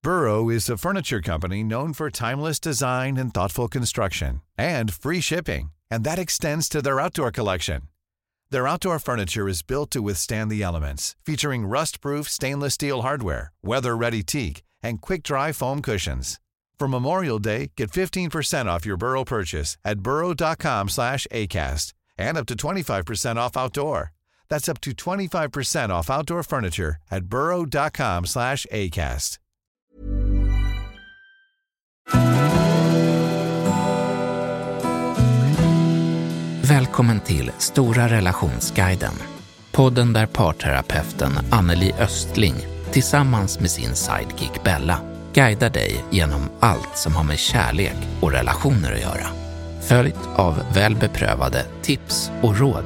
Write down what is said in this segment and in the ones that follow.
Burrow is a furniture company known for timeless design and thoughtful construction, and free shipping, and that extends to their outdoor collection. Their outdoor furniture is built to withstand the elements, featuring rust-proof stainless steel hardware, weather-ready teak, and quick-dry foam cushions. For Memorial Day, get 15% off your Burrow purchase at burrow.com/acast, and up to 25% off outdoor. That's up to 25% off outdoor furniture at burrow.com/acast. Välkommen till Stora relationsguiden. Podden där parterapeuten Anneli Östling tillsammans med sin sidekick Bella guidar dig genom allt som har med kärlek och relationer att göra. Följt av välbeprövade tips och råd.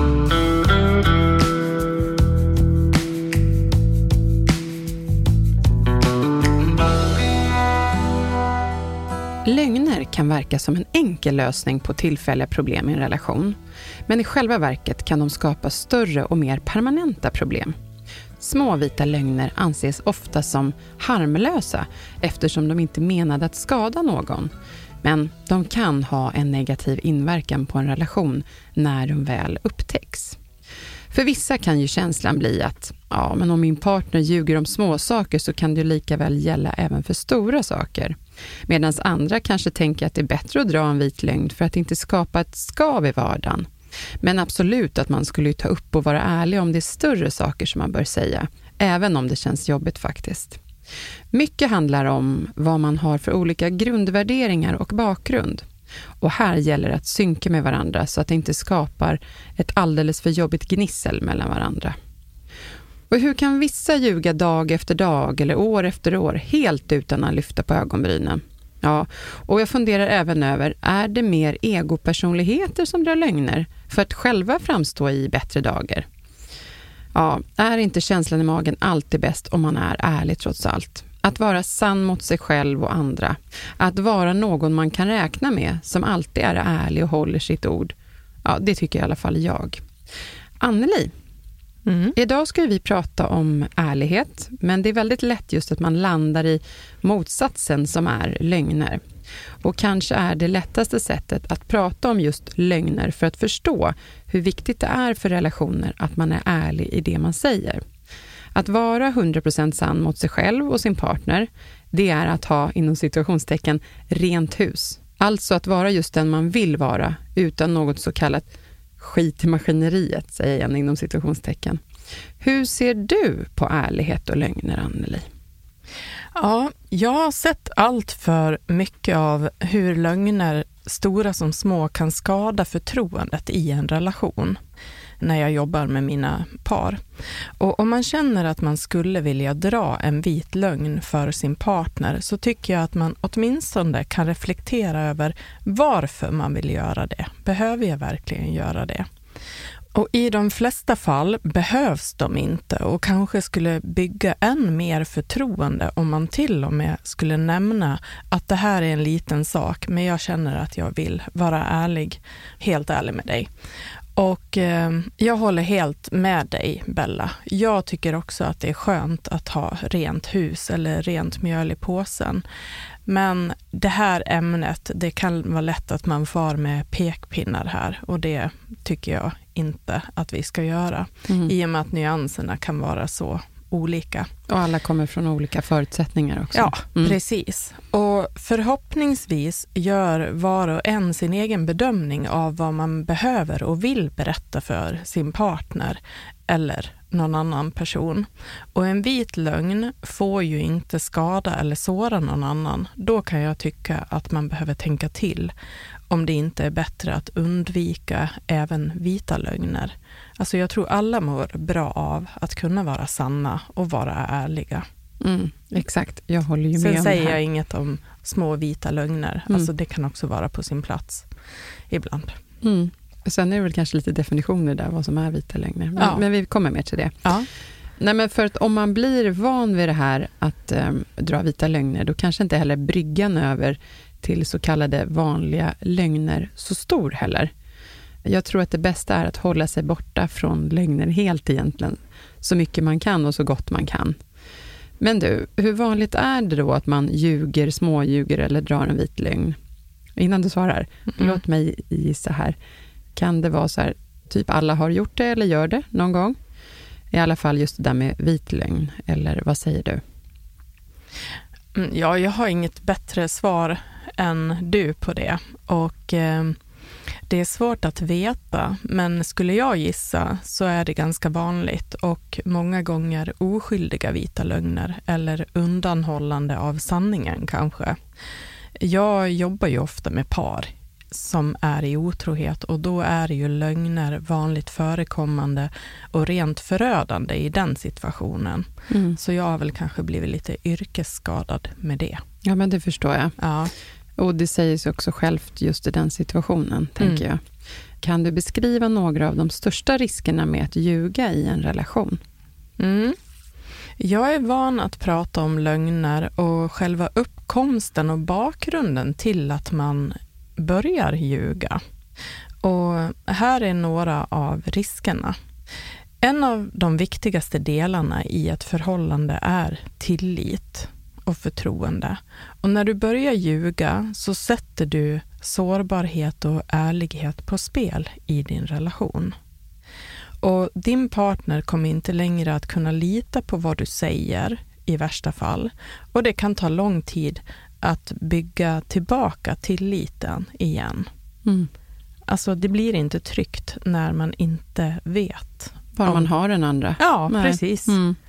Lögner kan verka som en enkel lösning på tillfälliga problem i en relation. Men i själva verket kan de skapa större och mer permanenta problem. Små vita lögner anses ofta som harmlösa eftersom de inte menade att skada någon. Men de kan ha en negativ inverkan på en relation när de väl upptäcks. För vissa kan ju känslan bli att men om min partner ljuger om små saker så kan det lika väl gälla även för stora saker. Medan andra kanske tänker att det är bättre att dra en vit lögn för att inte skapa ett skav i vardagen. Men absolut att man skulle ta upp och vara ärlig om det är större saker som man bör säga, även om det känns jobbigt faktiskt. Mycket handlar om vad man har för olika grundvärderingar och bakgrund. Och här gäller det att synka med varandra så att det inte skapar ett alldeles för jobbigt gnissel mellan varandra. Och hur kan vissa ljuga dag efter dag eller år efter år helt utan att lyfta på ögonbrynen? Ja, och jag funderar även över, är det mer egopersonligheter som drar lögner för att själva framstå i bättre dagar? Ja, är inte känslan i magen alltid bäst om man är ärlig trots allt? Att vara sann mot sig själv och andra. Att vara någon man kan räkna med som alltid är ärlig och håller sitt ord. Ja, det tycker i alla fall jag. Anneli, idag ska vi prata om ärlighet, men det är väldigt lätt just att man landar i motsatsen som är lögner. Och kanske är det lättaste sättet att prata om just lögner för att förstå hur viktigt det är för relationer att man är ärlig i det man säger. Att vara 100% sann mot sig själv och sin partner, det är att ha inom situationstecken rent hus. Alltså att vara just den man vill vara utan något så kallat skit i maskineriet, säger jag inom situationstecken. Hur ser du på ärlighet och lögner, Anneli? Ja, jag har sett allt för mycket av hur lögner, stora som små, kan skada förtroendet i en relation när jag jobbar med mina par. Och om man känner att man skulle vilja dra en vit lögn för sin partner så tycker jag att man åtminstone kan reflektera över varför man vill göra det. Behöver jag verkligen göra det? Och i de flesta fall behövs de inte och kanske skulle bygga än mer förtroende om man till och med skulle nämna att det här är en liten sak men jag känner att jag vill vara ärlig, helt ärlig med dig. Och jag håller helt med dig, Bella. Jag tycker också att det är skönt att ha rent hus eller rent mjöl i påsen. Men det här ämnet, det kan vara lätt att man far med pekpinnar här. Och det tycker jag inte att vi ska göra. I och med att nyanserna kan vara så olika. Och alla kommer från olika förutsättningar också. Ja, precis. Och förhoppningsvis gör var och en sin egen bedömning av vad man behöver och vill berätta för sin partner eller någon annan person. Och en vit lögn får ju inte skada eller såra någon annan. Då kan jag tycka att man behöver tänka till om det inte är bättre att undvika även vita lögner. Alltså jag tror alla mår bra av att kunna vara sanna och vara ärliga. Exakt, jag håller ju med Sen om det säger här. jag inget om små vita lögner. Alltså det kan också vara på sin plats ibland. Sen är det väl kanske lite definitioner där vad som är vita lögner. Men vi kommer mer till det. Ja. Nej, men för att om man blir van vid det här att dra vita lögner, då kanske inte heller bryggan över till så kallade vanliga lögner så stor heller. Jag tror att det bästa är att hålla sig borta från lögner helt egentligen. Så mycket man kan och så gott man kan. Men du, hur vanligt är det då att man ljuger, småljuger eller drar en vit lögn? Innan du svarar, låt mig gissa här. Kan det vara så här, typ alla har gjort det eller gör det någon gång? I alla fall just det där med vit lögn, eller vad säger du? Ja, jag har inget bättre svar än du på det. Och det är svårt att veta, men skulle jag gissa så är det ganska vanligt och många gånger oskyldiga vita lögner eller undanhållande av sanningen kanske. Jag jobbar ju ofta med par som är i otrohet och då är det ju lögner vanligt förekommande och rent förödande i den situationen. Så jag har väl kanske blivit lite yrkesskadad med det. Ja, men det förstår jag. Ja. Och det säger sig också självt just i den situationen, tänker jag. Kan du beskriva några av de största riskerna med att ljuga i en relation? Jag är van att prata om lögner och själva uppkomsten och bakgrunden till att man börjar ljuga. Och här är några av riskerna. En av de viktigaste delarna i ett förhållande är tillit och förtroende. Och när du börjar ljuga så sätter du sårbarhet och ärlighet på spel i din relation. Och din partner kommer inte längre att kunna lita på vad du säger i värsta fall. Och det kan ta lång tid att bygga tillbaka tilliten igen. Alltså det blir inte tryggt när man inte vet. Var man har den andra. Ja, precis.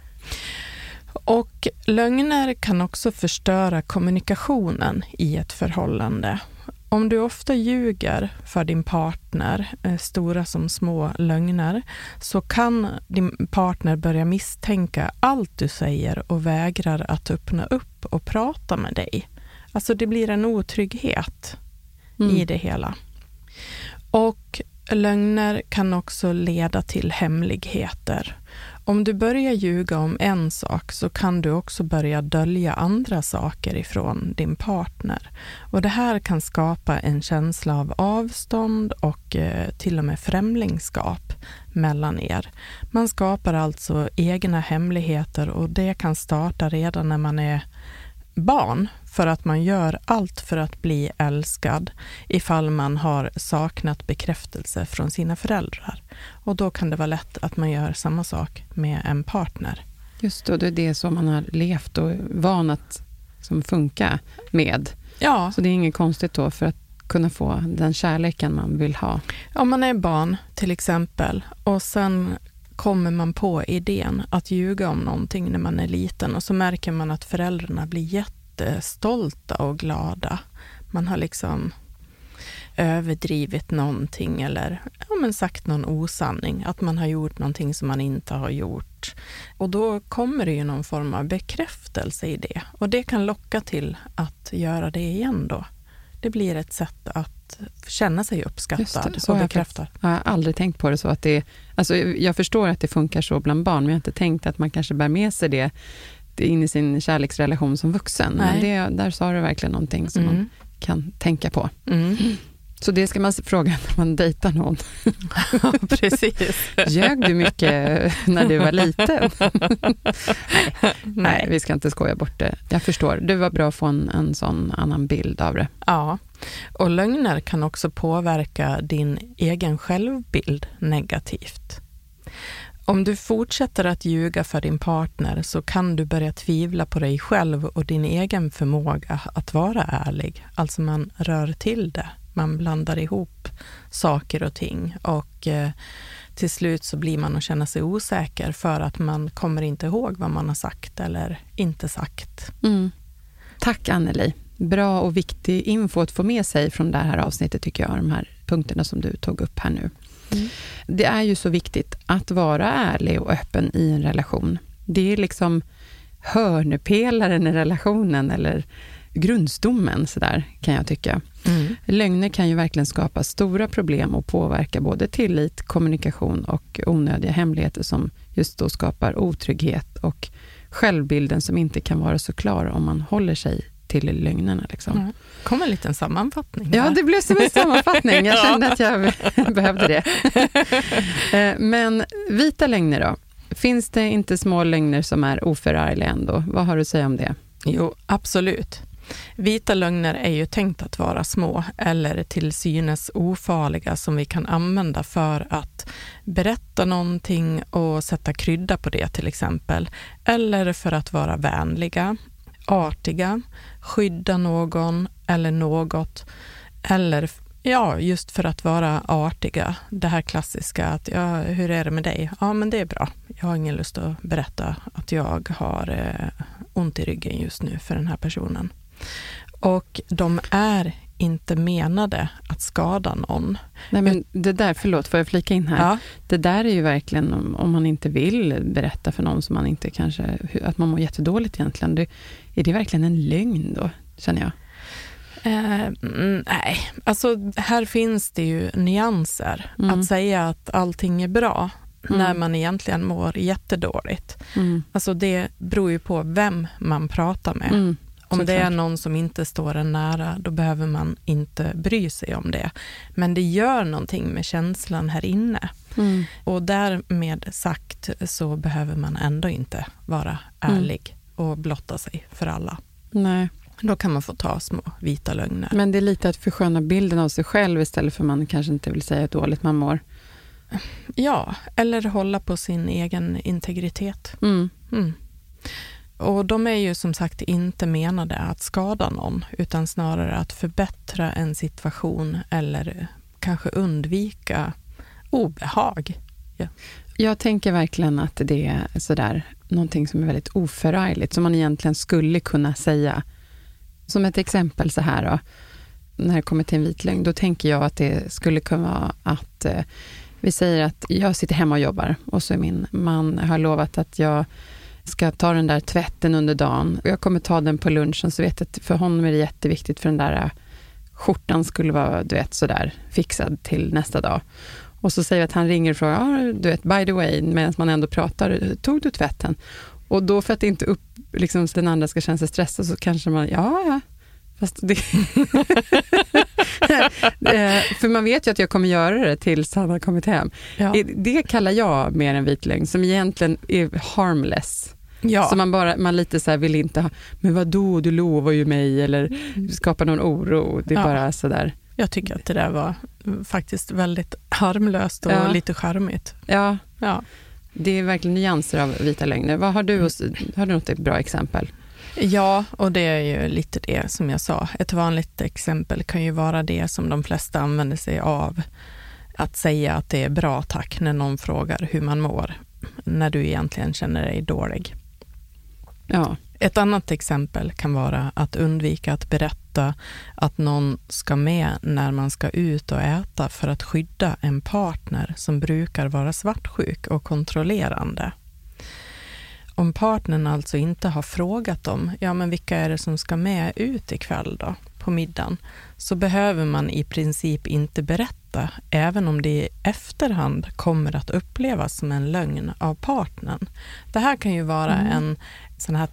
Och lögner kan också förstöra kommunikationen i ett förhållande. Om du ofta ljuger för din partner, stora som små lögner, så kan din partner börja misstänka allt du säger och vägrar att öppna upp och prata med dig. Alltså det blir en otrygghet i det hela. Och lögner kan också leda till hemligheter. Om du börjar ljuga om en sak så kan du också börja dölja andra saker ifrån din partner. Och det här kan skapa en känsla av avstånd och till och med främlingskap mellan er. Man skapar alltså egna hemligheter och det kan starta redan när man är barn, för att man gör allt för att bli älskad ifall man har saknat bekräftelse från sina föräldrar. Och då kan det vara lätt att man gör samma sak med en partner. Just då, det är det som man har levt och vanat som funkar med. Ja. Så det är inget konstigt då för att kunna få den kärleken man vill ha. Om man är barn till exempel och sen kommer man på idén att ljuga om någonting när man är liten och så märker man att föräldrarna blir jättestolta och glada. Man har liksom överdrivit någonting eller sagt någon osanning, att man har gjort någonting som man inte har gjort. Och då kommer det ju någon form av bekräftelse i det. Och det kan locka till att göra det igen då. Det blir ett sätt att känna sig uppskattad och bekräftad. Jag har aldrig tänkt på det så att det... Alltså jag förstår att det funkar så bland barn, men jag har inte tänkt att man kanske bär med sig det in i sin kärleksrelation som vuxen. Nej. Men där sa du verkligen någonting som man kan tänka på. Så det ska man fråga när man dejtar någon. Ja, precis. Ljög du mycket när du var liten? Nej, vi ska inte skoja bort det. Jag förstår. Det var bra att få en sån annan bild av det. Ja, och lögner kan också påverka din egen självbild negativt. Om du fortsätter att ljuga för din partner så kan du börja tvivla på dig själv och din egen förmåga att vara ärlig. Alltså man rör till det. Man blandar ihop saker och ting och till slut så blir man att känna sig osäker för att man kommer inte ihåg vad man har sagt eller inte sagt. Tack Anneli. Bra och viktig info att få med sig från det här avsnittet tycker jag, de här punkterna som du tog upp här nu. Det är ju så viktigt att vara ärlig och öppen i en relation. Det är liksom hörnpelaren i relationen eller grundstommen så där kan jag tycka. Lögner kan ju verkligen skapa stora problem och påverka både tillit, kommunikation och onödiga hemligheter som just då skapar otrygghet och självbilden som inte kan vara så klar om man håller sig till lögnerna. Liksom. Kom en liten sammanfattning. Ja, det blev som en sammanfattning. Jag kände att jag behövde det. Men vita lögner då. Finns det inte små lögner som är oförargliga ändå? Vad har du att säga om det? Jo, absolut. Vita lögner är ju tänkt att vara små eller till synes ofarliga som vi kan använda för att berätta någonting och sätta krydda på det till exempel. Eller för att vara vänliga, artiga, skydda någon eller något. Eller just för att vara artiga. Det här klassiska att hur är det med dig? Ja, men det är bra. Jag har ingen lust att berätta att jag har ont i ryggen just nu för den här personen. Och de är inte menade att skada någon. Nej, men det där, förlåt, får jag flika in här? Ja. Det där är ju verkligen om man inte vill berätta för någon som man inte kanske, att man mår jättedåligt egentligen. Är det verkligen en lögn då, känner jag? Nej, alltså här finns det ju nyanser. Att säga att allting är bra när man egentligen mår jättedåligt. Alltså det beror ju på vem man pratar med. Om det är någon som inte står en nära, då behöver man inte bry sig om det. Men det gör någonting med känslan här inne. Och därmed sagt så behöver man ändå inte vara ärlig och blotta sig för alla. Nej. Då kan man få ta små vita lögner. Men det är lite att försköna bilden av sig själv istället för man kanske inte vill säga hur dåligt man mår. Ja, eller hålla på sin egen integritet. Och de är ju som sagt inte menade att skada någon utan snarare att förbättra en situation eller kanske undvika obehag. Ja. Jag tänker verkligen att det är sådär någonting som är väldigt oförargligt som man egentligen skulle kunna säga. Som ett exempel så här då, när det kommer till en vit lögn, då tänker jag att det skulle kunna vara att vi säger att jag sitter hemma och jobbar och så är min man har lovat att jag ska ta den där tvätten under dagen och jag kommer ta den på lunchen, så vet jag att för honom är det jätteviktigt för den där skjortan skulle vara, du vet, sådär fixad till nästa dag. Och så säger jag att han ringer och frågar, du vet, by the way, medan man ändå pratar, tog du tvätten? Och då för att inte liksom den andra ska känna sig stressad så kanske man, fast det för man vet ju att jag kommer göra det tills han har kommit hem. Ja. Det kallar jag mer en vit lögn som egentligen är harmless. Ja. Så man lite så här vill inte ha, men vadå, du lovar ju mig eller skapar någon oro. Det är bara så där. Jag tycker att det där var faktiskt väldigt harmlöst och lite charmigt. Ja. Det är verkligen nyanser av vita lögner. Vad har du något bra exempel? Ja, och det är ju lite det som jag sa. Ett vanligt exempel kan ju vara det som de flesta använder sig av. Att säga att det är bra tack när någon frågar hur man mår. När du egentligen känner dig dålig. Ja. Ett annat exempel kan vara att undvika att berätta att någon ska med när man ska ut och äta för att skydda en partner som brukar vara svartsjuk och kontrollerande. Om partnern alltså inte har frågat dem, men vilka är det som ska med ut ikväll då på middagen, så behöver man i princip inte berätta, även om det i efterhand kommer att upplevas som en lögn av partnern. Det här kan ju vara en sån här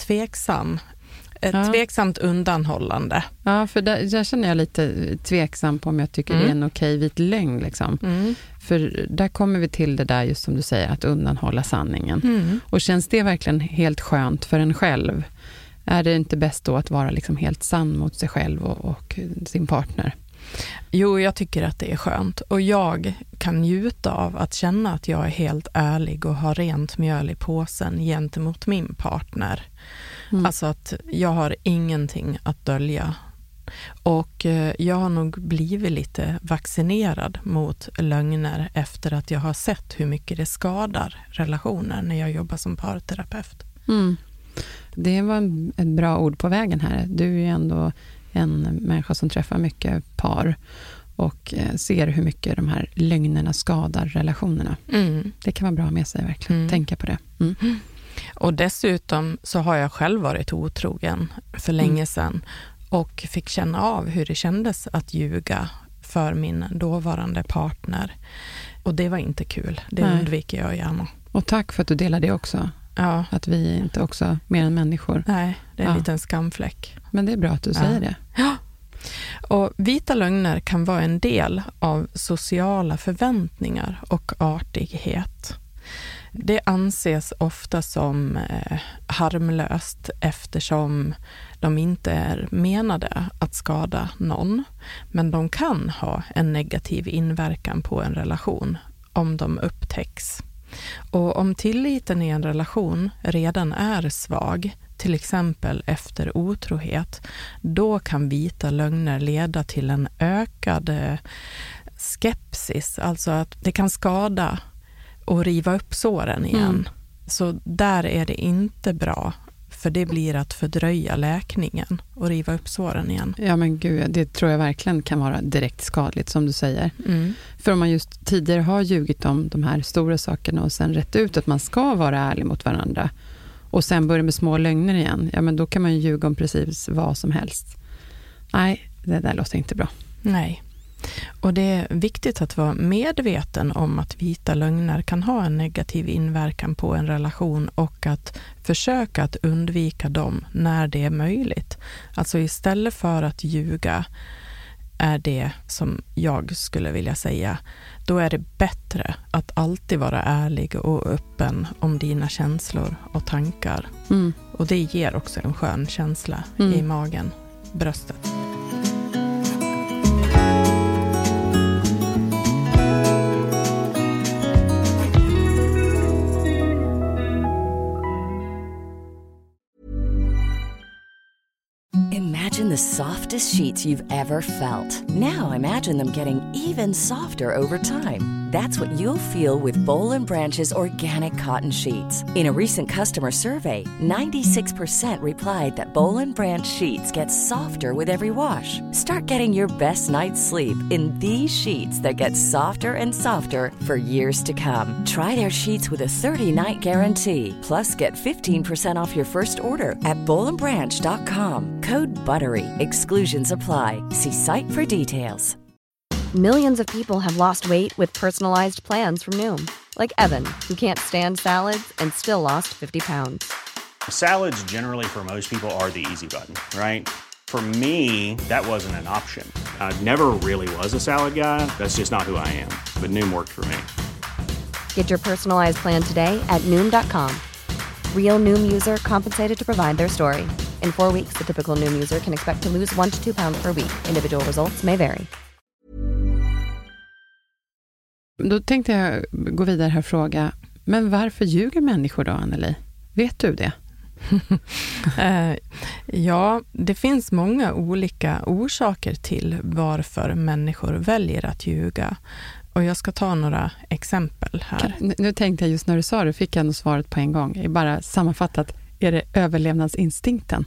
tveksamt undanhållande. Ja, för där känner jag lite tveksam på om jag tycker det är en okej vit lögn liksom. För där kommer vi till det där just som du säger, att undanhålla sanningen. Och känns det verkligen helt skönt för en själv? Är det inte bäst då att vara liksom helt sann mot sig själv och sin partner? Jo, jag tycker att det är skönt. Och jag kan njuta av att känna att jag är helt ärlig och har rent mjöl i påsen gentemot min partner. Alltså att jag har ingenting att dölja. Och jag har nog blivit lite vaccinerad mot lögner efter att jag har sett hur mycket det skadar relationer när jag jobbar som parterapeut. Det var ett bra ord på vägen här. Du är ju ändå en människa som träffar mycket par och ser hur mycket de här lögnerna skadar relationerna. Det kan vara bra med sig verkligen. Tänka på det. Och dessutom så har jag själv varit otrogen för länge sedan och fick känna av hur det kändes att ljuga för min dåvarande partner. Och det var inte kul. Det undviker jag gärna. Och tack för att du delade det också. Ja. Att vi inte också mer än människor. Nej, det är en liten skamfläck. Men det är bra att du säger det. Ja. Och vita lögner kan vara en del av sociala förväntningar och artighet. det anses ofta som harmlöst eftersom de inte är menade att skada någon. Men de kan ha en negativ inverkan på en relation om de upptäcks. Och om tilliten i en relation redan är svag, till exempel efter otrohet, då kan vita lögner leda till en ökad skepsis. Alltså att det kan skada och riva upp såren igen. Så där är det inte bra, för det blir att fördröja läkningen och riva upp såren igen. Ja men gud, det tror jag verkligen kan vara direkt skadligt som du säger. För om man just tidigare har ljugit om de här stora sakerna och sen rätt ut att man ska vara ärlig mot varandra och sen börja med små lögner igen, ja men då kan man ju ljuga om precis vad som helst. Nej, det där låter inte bra. Nej. Och det är viktigt att vara medveten om att vita lögner kan ha en negativ inverkan på en relation och att försöka att undvika dem när det är möjligt. Alltså istället för att ljuga är det som jag skulle vilja säga, då är det bättre att alltid vara ärlig och öppen om dina känslor och tankar. Och det ger också en skön känsla i magen, bröstet. Imagine the softest sheets you've ever felt. Now imagine them getting even softer over time. That's what you'll feel with Boll & Branch's organic cotton sheets. In a recent customer survey, 96% replied that Boll & Branch sheets get softer with every wash. Start getting your best night's sleep in these sheets that get softer and softer for years to come. Try their sheets with a 30-night guarantee. Plus, get 15% off your first order at bollandbranch.com. Code BUTTERY. Exclusions apply. See site for details. Millions of people have lost weight with personalized plans from Noom. Like Evan, who can't stand salads and still lost 50 pounds. Salads generally for most people are the easy button, right? For me, that wasn't an option. I never really was a salad guy. That's just not who I am. But Noom worked for me. Get your personalized plan today at Noom.com. Real Noom user compensated to provide their story. In 4 weeks, the typical Noom user can expect to lose 1 to 2 pounds per week. Individual results may vary. Då tänkte jag gå vidare här och fråga, men varför ljuger människor då, Anneli? Vet du det? Ja, det finns många olika orsaker till varför människor väljer att ljuga. Och jag ska ta några exempel här. Nu tänkte jag just när du sa det, fick jag nog svaret på en gång. Jag bara sammanfattat, är det överlevnadsinstinkten?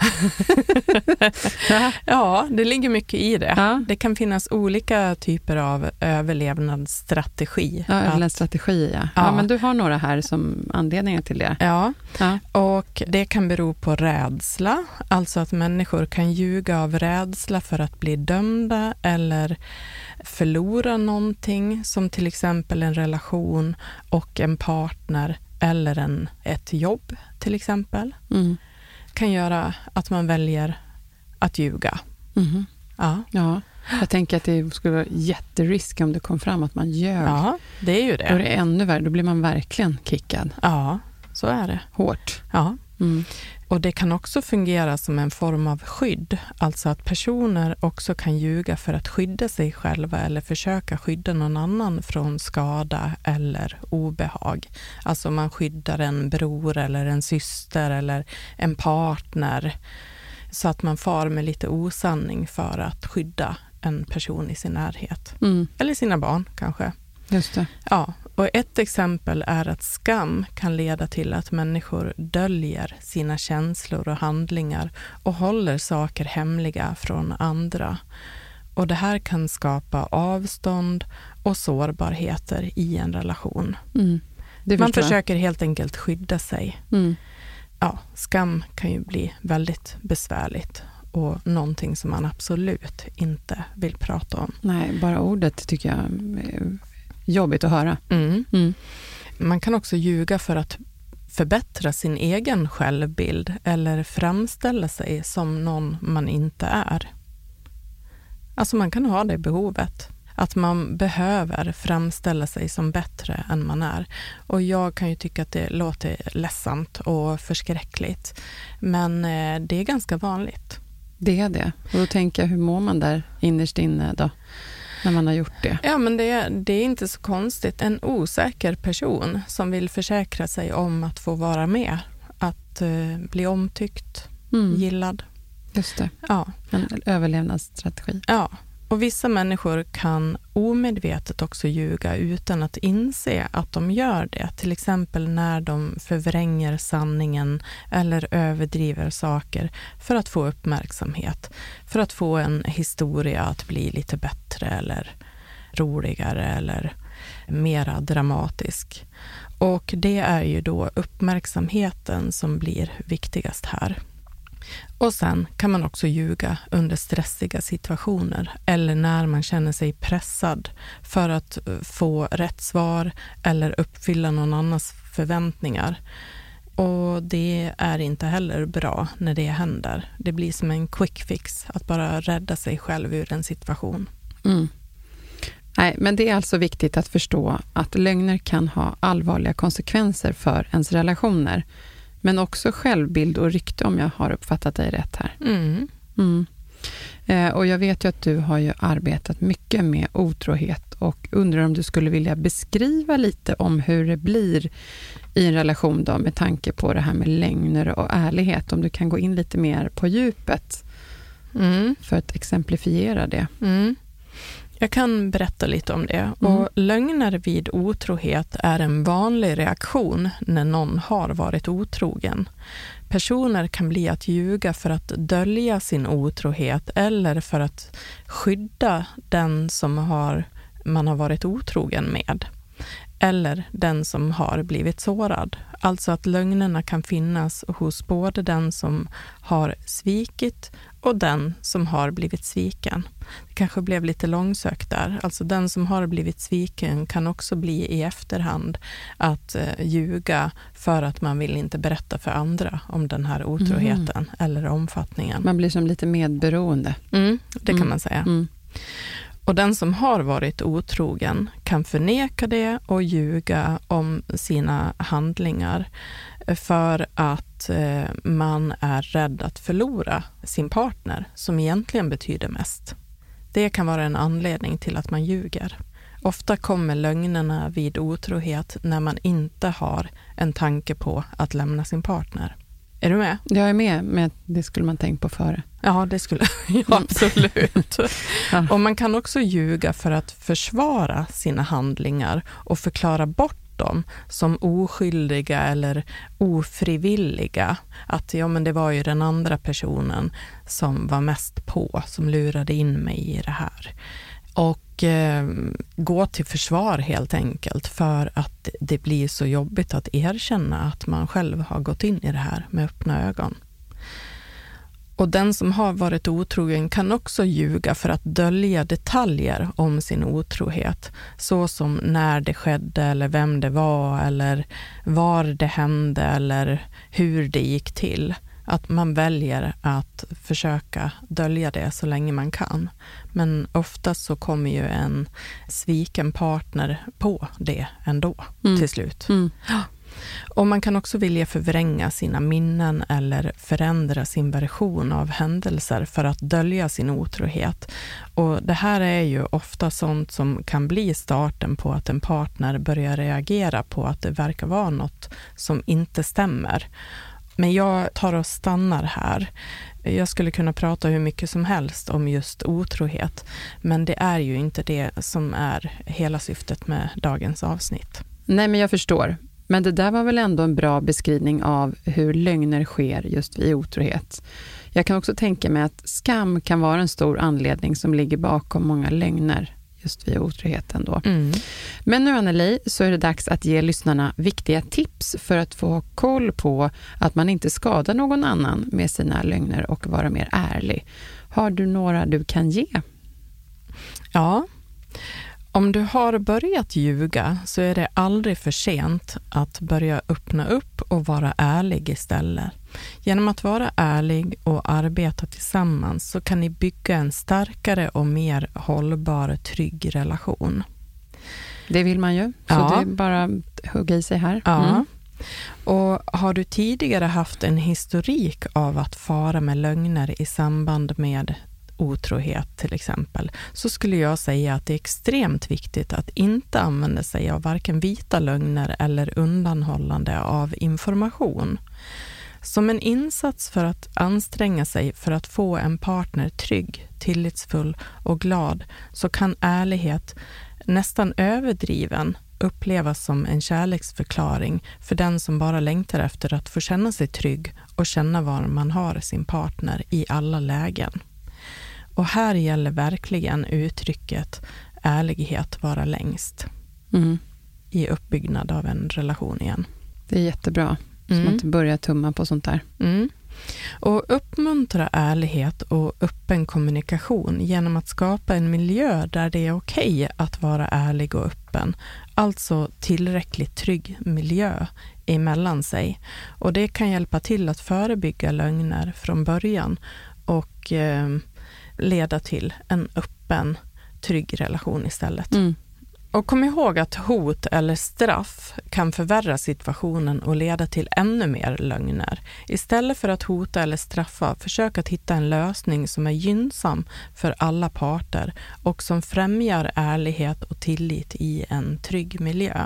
Ja, det ligger mycket i det. Ja. Det kan finnas olika typer av överlevnadsstrategi. Ja, överlevnadsstrategi, ja. Ja, men du har några här som anledningar till det. Ja, och det kan bero på rädsla. Alltså att människor kan ljuga av rädsla för att bli dömda eller förlora någonting, som till exempel en relation och en partner eller ett jobb till exempel. Kan göra att man väljer att ljuga. Ja, jag tänker att det skulle vara jätterisk om det kom fram att man ljög. Ja, det är ju det. Då är det ännu värre, då blir man verkligen kickad. Ja, så är det. Hårt. Ja. Och det kan också fungera som en form av skydd. Alltså att personer också kan ljuga för att skydda sig själva eller försöka skydda någon annan från skada eller obehag. Alltså man skyddar en bror eller en syster eller en partner så att man far med lite osanning för att skydda en person i sin närhet. Eller sina barn kanske. Just det. Ja, och ett exempel är att skam kan leda till att människor döljer sina känslor och handlingar och håller saker hemliga från andra. Och det här kan skapa avstånd och sårbarheter i en relation. Man försöker helt enkelt skydda sig. Ja, skam kan ju bli väldigt besvärligt och någonting som man absolut inte vill prata om. Nej, bara ordet tycker jag jobbigt att höra. Man kan också ljuga för att förbättra sin egen självbild eller framställa sig som någon man inte är. Alltså man kan ha det behovet. Att man behöver framställa sig som bättre än man är. Och jag kan ju tycka att det låter ledsamt och förskräckligt. Men det är ganska vanligt. Det är det. Och då tänker jag, hur mår man där innerst inne då? När man har gjort det. Ja, men det är inte så konstigt. En osäker person som vill försäkra sig om att få vara med. Att bli omtyckt, gillad. Just det. Ja. En överlevnadsstrategi. Ja, och vissa människor kan omedvetet också ljuga utan att inse att de gör det. Till exempel när de förvränger sanningen eller överdriver saker för att få uppmärksamhet. För att få en historia att bli lite bättre eller roligare eller mera dramatisk. Och det är ju då uppmärksamheten som blir viktigast här. Och sen kan man också ljuga under stressiga situationer eller när man känner sig pressad för att få rätt svar eller uppfylla någon annans förväntningar. Och det är inte heller bra när det händer. Det blir som en quick fix att bara rädda sig själv ur en situation. Nej, men det är alltså viktigt att förstå att lögner kan ha allvarliga konsekvenser för ens relationer. Men också självbild och rykte, om jag har uppfattat dig rätt här. Och jag vet ju att du har ju arbetat mycket med otrohet och undrar om du skulle vilja beskriva lite om hur det blir i en relation då, med tanke på det här med lögner och ärlighet. Om du kan gå in lite mer på djupet för att exemplifiera det. Jag kan berätta lite om det. Och lögner vid otrohet är en vanlig reaktion när någon har varit otrogen. Personer kan bli att ljuga för att dölja sin otrohet eller för att skydda den som man har varit otrogen med. Eller den som har blivit sårad. Alltså att lögnerna kan finnas hos både den som har svikit och den som har blivit sviken. Det kanske blev lite långsökt där. Alltså den som har blivit sviken kan också bli i efterhand att ljuga för att man vill inte berätta för andra om den här otroheten eller omfattningen. Man blir som lite medberoende. Det kan man säga. Och den som har varit otrogen kan förneka det och ljuga om sina handlingar för att man är rädd att förlora sin partner, som egentligen betyder mest. Det kan vara en anledning till att man ljuger. Ofta kommer lögnerna vid otrohet när man inte har en tanke på att lämna sin partner. Är du med? Jag är med, men det skulle man tänkt på före. Ja, det skulle jag absolut. Ja. Och man kan också ljuga för att försvara sina handlingar och förklara bort dem som oskyldiga eller ofrivilliga. Att men det var ju den andra personen som var mest på, som lurade in mig i det här. Och gå till försvar helt enkelt för att det blir så jobbigt att erkänna att man själv har gått in i det här med öppna ögon. Och den som har varit otrogen kan också ljuga för att dölja detaljer om sin otrohet. Så som när det skedde eller vem det var eller var det hände eller hur det gick till. Att man väljer att försöka dölja det så länge man kan. Men oftast så kommer ju en sviken partner på det ändå till slut. Och man kan också vilja förvränga sina minnen eller förändra sin version av händelser för att dölja sin otrohet. Och det här är ju ofta sånt som kan bli starten på att en partner börjar reagera på att det verkar vara något som inte stämmer. Men jag tar och stannar här. Jag skulle kunna prata hur mycket som helst om just otrohet. Men det är ju inte det som är hela syftet med dagens avsnitt. Nej, men jag förstår. Men det där var väl ändå en bra beskrivning av hur lögner sker just vid otrohet. Jag kan också tänka mig att skam kan vara en stor anledning som ligger bakom många lögner just vid otroheten då. Men nu, Anneli, så är det dags att ge lyssnarna viktiga tips för att få koll på att man inte skadar någon annan med sina lögner och vara mer ärlig. Har du några du kan ge? Ja. Om du har börjat ljuga så är det aldrig för sent att börja öppna upp och vara ärlig istället. Genom att vara ärlig och arbeta tillsammans så kan ni bygga en starkare och mer hållbar, trygg relation. Det vill man ju, så det är bara hugga i sig här. Ja. Och har du tidigare haft en historik av att fara med lögner i samband med otrohet till exempel, så skulle jag säga att det är extremt viktigt att inte använda sig av varken vita lögner eller undanhållande av information. Som en insats för att anstränga sig för att få en partner trygg, tillitsfull och glad, så kan ärlighet, nästan överdriven, upplevas som en kärleksförklaring för den som bara längtar efter att få känna sig trygg och känna var man har sin partner i alla lägen. Och här gäller verkligen uttrycket ärlighet vara längst i uppbyggnad av en relation igen. Det är jättebra, så man inte börjar tumma på sånt där. Och uppmuntra ärlighet och öppen kommunikation genom att skapa en miljö där det är okej att vara ärlig och öppen. Alltså tillräckligt trygg miljö emellan sig. Och det kan hjälpa till att förebygga lögner från början och leda till en öppen, trygg relation istället. Och kom ihåg att hot eller straff kan förvärra situationen och leda till ännu mer lögner. Istället för att hota eller straffa, försök att hitta en lösning som är gynnsam för alla parter och som främjar ärlighet och tillit i en trygg miljö.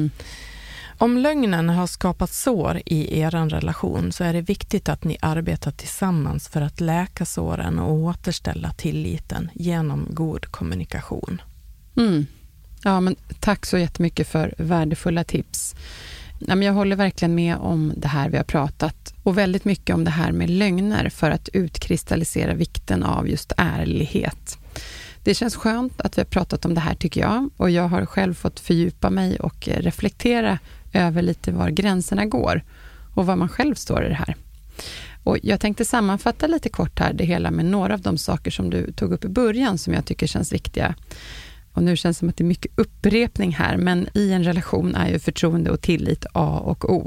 Om lögnen har skapat sår i er relation så är det viktigt att ni arbetar tillsammans för att läka såren och återställa tilliten genom god kommunikation. Ja, men tack så jättemycket för värdefulla tips. Jag håller verkligen med om det här vi har pratat och väldigt mycket om det här med lögner för att utkristallisera vikten av just ärlighet. Det känns skönt att vi har pratat om det här tycker jag, och jag har själv fått fördjupa mig och reflektera över lite var gränserna går och var man själv står i det här. Och jag tänkte sammanfatta lite kort här det hela med några av de saker som du tog upp i början som jag tycker känns viktiga. Och nu känns det som att det är mycket upprepning här, men i en relation är ju förtroende och tillit A och O.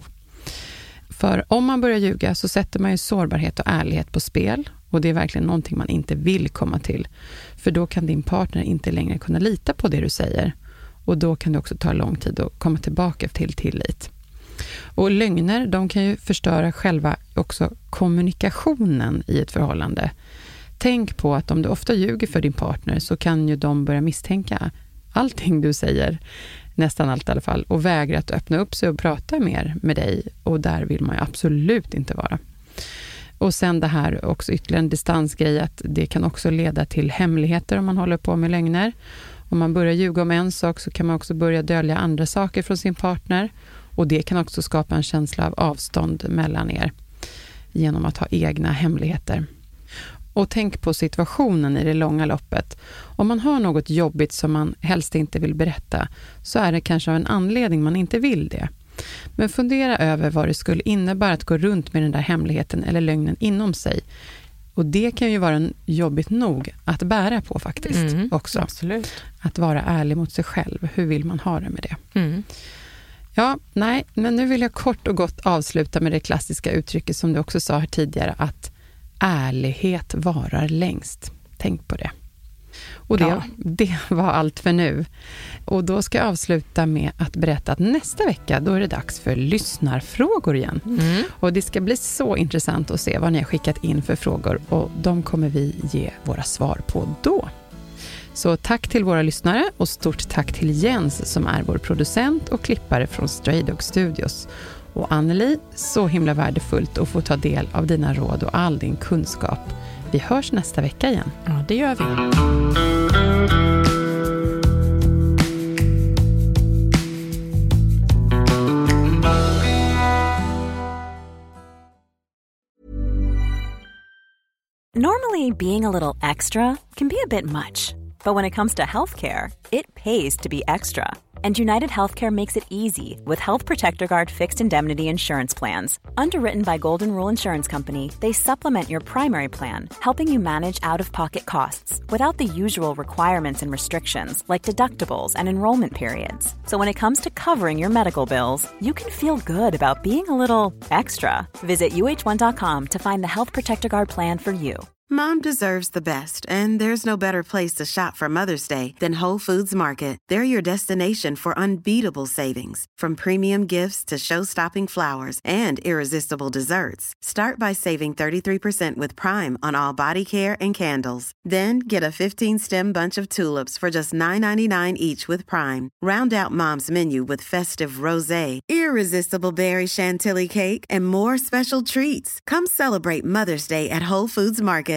För om man börjar ljuga så sätter man ju sårbarhet och ärlighet på spel, och det är verkligen någonting man inte vill komma till. För då kan din partner inte längre kunna lita på det du säger, och då kan det också ta lång tid att komma tillbaka till tillit. Och lögner, de kan ju förstöra själva också kommunikationen i ett förhållande. Tänk på att om du ofta ljuger för din partner så kan ju de börja misstänka allting du säger, nästan allt i alla fall, och vägra att öppna upp sig och prata mer med dig, och där vill man ju absolut inte vara. Och sen det här också ytterligare en distansgrej, att det kan också leda till hemligheter om man håller på med lögner. Om man börjar ljuga om en sak så kan man också börja dölja andra saker från sin partner, och det kan också skapa en känsla av avstånd mellan er genom att ha egna hemligheter. Och tänk på situationen i det långa loppet. Om man har något jobbigt som man helst inte vill berätta, så är det kanske av en anledning man inte vill det. Men fundera över vad det skulle innebära att gå runt med den där hemligheten eller lögnen inom sig. Och det kan ju vara jobbigt nog att bära på faktiskt också. Absolut. Att vara ärlig mot sig själv. Hur vill man ha det med det? Ja, nej, men nu vill jag kort och gott avsluta med det klassiska uttrycket som du också sa här tidigare, att ärlighet varar längst. Tänk på det. Och det var allt för nu. Och då ska jag avsluta med att berätta att nästa vecka då är det dags för lyssnarfrågor igen. Och det ska bli så intressant att se vad ni har skickat in för frågor, och de kommer vi ge våra svar på då. Så tack till våra lyssnare, och stort tack till Jens som är vår producent och klippare från Stray Dog Studios. Och Anneli, så himla värdefullt att få ta del av dina råd och all din kunskap. Vi hörs nästa vecka igen. Ja, det gör vi. Normally, being a little extra can be a bit much. But when it comes to healthcare, it pays to be extra. And United Healthcare makes it easy with Health Protector Guard fixed indemnity insurance plans. Underwritten by Golden Rule Insurance Company, they supplement your primary plan, helping you manage out-of-pocket costs without the usual requirements and restrictions like deductibles and enrollment periods. So when it comes to covering your medical bills, you can feel good about being a little extra. Visit uh1.com to find the Health Protector Guard plan for you. Mom deserves the best, and there's no better place to shop for Mother's Day than Whole Foods Market. They're your destination for unbeatable savings, from premium gifts to show-stopping flowers and irresistible desserts. Start by saving 33% with Prime on all body care and candles. Then get a 15-stem bunch of tulips for just $9.99 each with Prime. Round out Mom's menu with festive rosé, irresistible berry chantilly cake, and more special treats. Come celebrate Mother's Day at Whole Foods Market.